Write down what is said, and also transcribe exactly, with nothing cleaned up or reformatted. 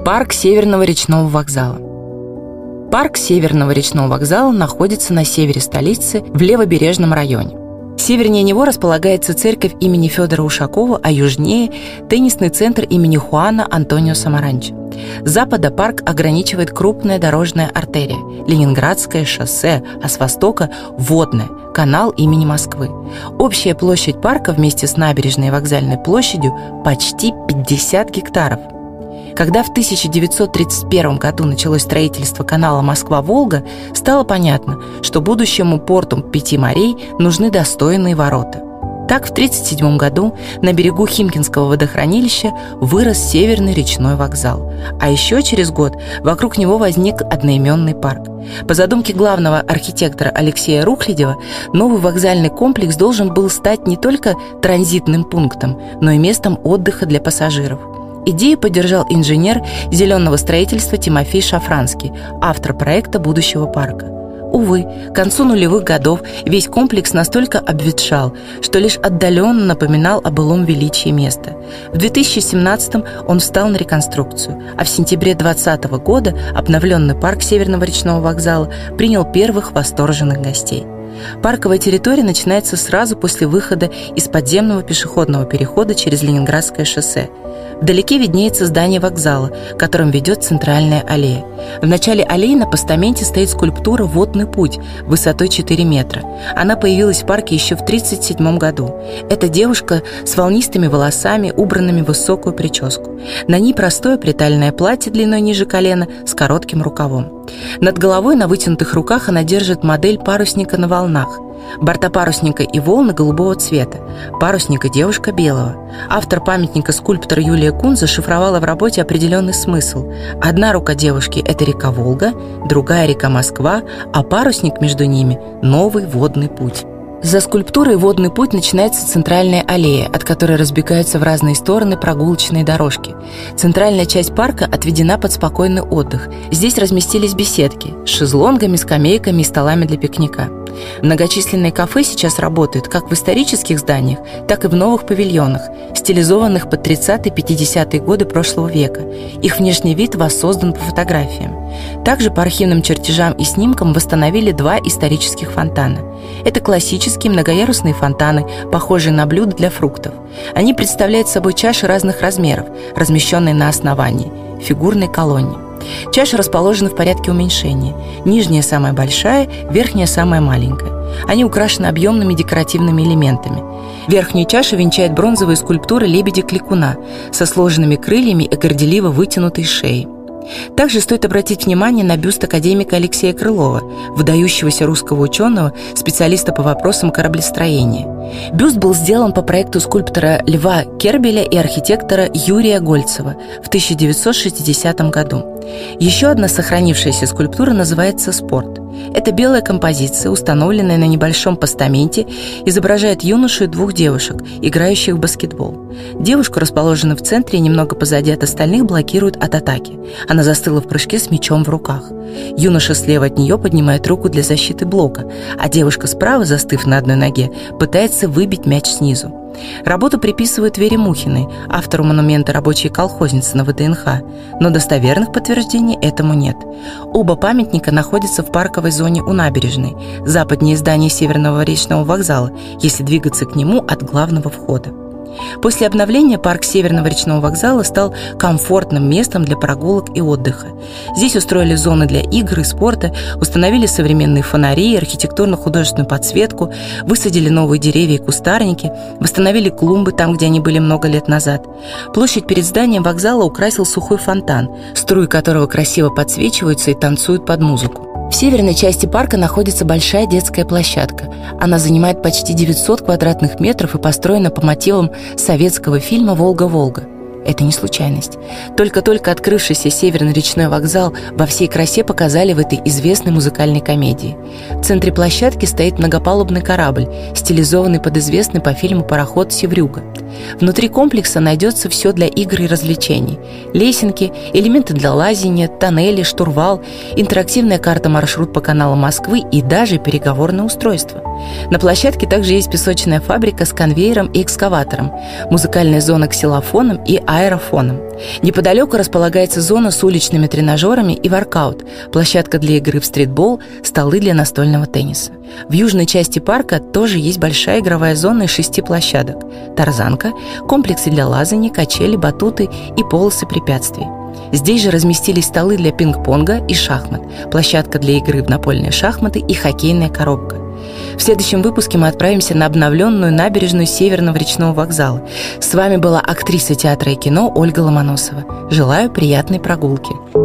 Парк Северного речного вокзала. Парк Северного речного вокзала находится на севере столицы, в левобережном районе. Севернее него располагается церковь имени Федора Ушакова, а южнее – теннисный центр имени Хуана Антонио Самаранчо. С запада парк ограничивает крупная дорожная артерия – Ленинградское шоссе, а с востока – водное – канал имени Москвы. Общая площадь парка вместе с набережной и вокзальной площадью почти пятьдесят гектаров. Когда в тысяча девятьсот тридцать первом году началось строительство канала Москва-Волга, стало понятно, что будущему порту пяти морей нужны достойные ворота. Так, в тысяча девятьсот тридцать седьмом году на берегу Химкинского водохранилища вырос Северный речной вокзал, а еще через год вокруг него возник одноименный парк. По задумке главного архитектора Алексея Рухлядева, новый вокзальный комплекс должен был стать не только транзитным пунктом, но и местом отдыха для пассажиров. Идею поддержал инженер зеленого строительства Тимофей Шафранский, автор проекта будущего парка. Увы, к концу нулевых годов весь комплекс настолько обветшал, что лишь отдаленно напоминал о былом величии места. В две тысячи семнадцатом он встал на реконструкцию, а в сентябре две тысячи двадцатого года обновленный парк Северного речного вокзала принял первых восторженных гостей. Парковая территория начинается сразу после выхода из подземного пешеходного перехода через Ленинградское шоссе. Вдалеке виднеется здание вокзала, которым ведет центральная аллея. В начале аллеи на постаменте стоит скульптура «Водный путь» высотой четыре метра. Она появилась в парке еще в тысяча девятьсот тридцать седьмом году. Это девушка с волнистыми волосами, убранными в высокую прическу. На ней простое приталенное платье длиной ниже колена с коротким рукавом. Над головой на вытянутых руках она держит модель парусника на волнах. Борта парусника и волны голубого цвета, парусника девушка белого. Автор памятника, скульптор Юлия Кун, зашифровала в работе определенный смысл. Одна рука девушки – это река Волга, другая – река Москва, а парусник между ними – новый водный путь. За скульптурой «Водный путь» начинается центральная аллея, от которой разбегаются в разные стороны прогулочные дорожки. Центральная часть парка отведена под спокойный отдых. Здесь разместились беседки с шезлонгами, скамейками и столами для пикника. Многочисленные кафе сейчас работают как в исторических зданиях, так и в новых павильонах, стилизованных под тридцатые-пятидесятые годы прошлого века. Их внешний вид воссоздан по фотографиям. Также по архивным чертежам и снимкам восстановили два исторических фонтана. Это классические многоярусные фонтаны, похожие на блюда для фруктов. Они представляют собой чаши разных размеров, размещенные на основании, фигурной колонне. Чаши расположены в порядке уменьшения. Нижняя самая большая, верхняя самая маленькая. Они украшены объемными декоративными элементами. Верхнюю чашу венчает бронзовая скульптура лебедя-кликуна со сложенными крыльями и горделиво вытянутой шеей. Также стоит обратить внимание на бюст академика Алексея Крылова, выдающегося русского ученого, специалиста по вопросам кораблестроения. Бюст был сделан по проекту скульптора Льва Кербеля и архитектора Юрия Гольцева в тысяча девятьсот шестидесятом году. Еще одна сохранившаяся скульптура называется «Спорт». Это белая композиция, установленная на небольшом постаменте, изображает юношу и двух девушек, играющих в баскетбол. Девушка, расположенная в центре и немного позади от остальных, блокирует от атаки. Она застыла в прыжке с мячом в руках. Юноша слева от нее поднимает руку для защиты блока, а девушка справа, застыв на одной ноге, пытается выбить мяч снизу. Работу приписывают Вере Мухиной, автору монумента «Рабочие колхозницы» на ВДНХ, но достоверных подтверждений этому нет. Оба памятника находятся в парковой зоне у набережной, западнее здания Северного речного вокзала, если двигаться к нему от главного входа. После обновления парк Северного речного вокзала стал комфортным местом для прогулок и отдыха. Здесь устроили зоны для игр и спорта, установили современные фонари, архитектурно-художественную подсветку, высадили новые деревья и кустарники, восстановили клумбы там, где они были много лет назад. Площадь перед зданием вокзала украсил сухой фонтан, струи которого красиво подсвечиваются и танцуют под музыку. В северной части парка находится большая детская площадка. Она занимает почти девятьсот квадратных метров и построена по мотивам советского фильма «Волга-Волга». Это не случайность. Только-только открывшийся Северный речной вокзал во всей красе показали в этой известной музыкальной комедии. В центре площадки стоит многопалубный корабль, стилизованный под известный по фильму пароход «Севрюга». Внутри комплекса найдется все для игр и развлечений. Лесенки, элементы для лазения, тоннели, штурвал, интерактивная карта-маршрут по каналу Москвы и даже переговорное устройство. На площадке также есть песочная фабрика с конвейером и экскаватором, музыкальная зона ксилофоном и аэрофоном. Неподалеку располагается зона с уличными тренажерами и воркаут, площадка для игры в стритбол, столы для настольного тенниса. В южной части парка тоже есть большая игровая зона из шести площадок: тарзанка, комплексы для лазания, качели, батуты и полосы препятствий. Здесь же разместились столы для пинг-понга и шахмат, площадка для игры в напольные шахматы и хоккейная коробка. В следующем выпуске мы отправимся на обновленную набережную Северного речного вокзала. С вами была актриса театра и кино Ольга Ломоносова. Желаю приятной прогулки.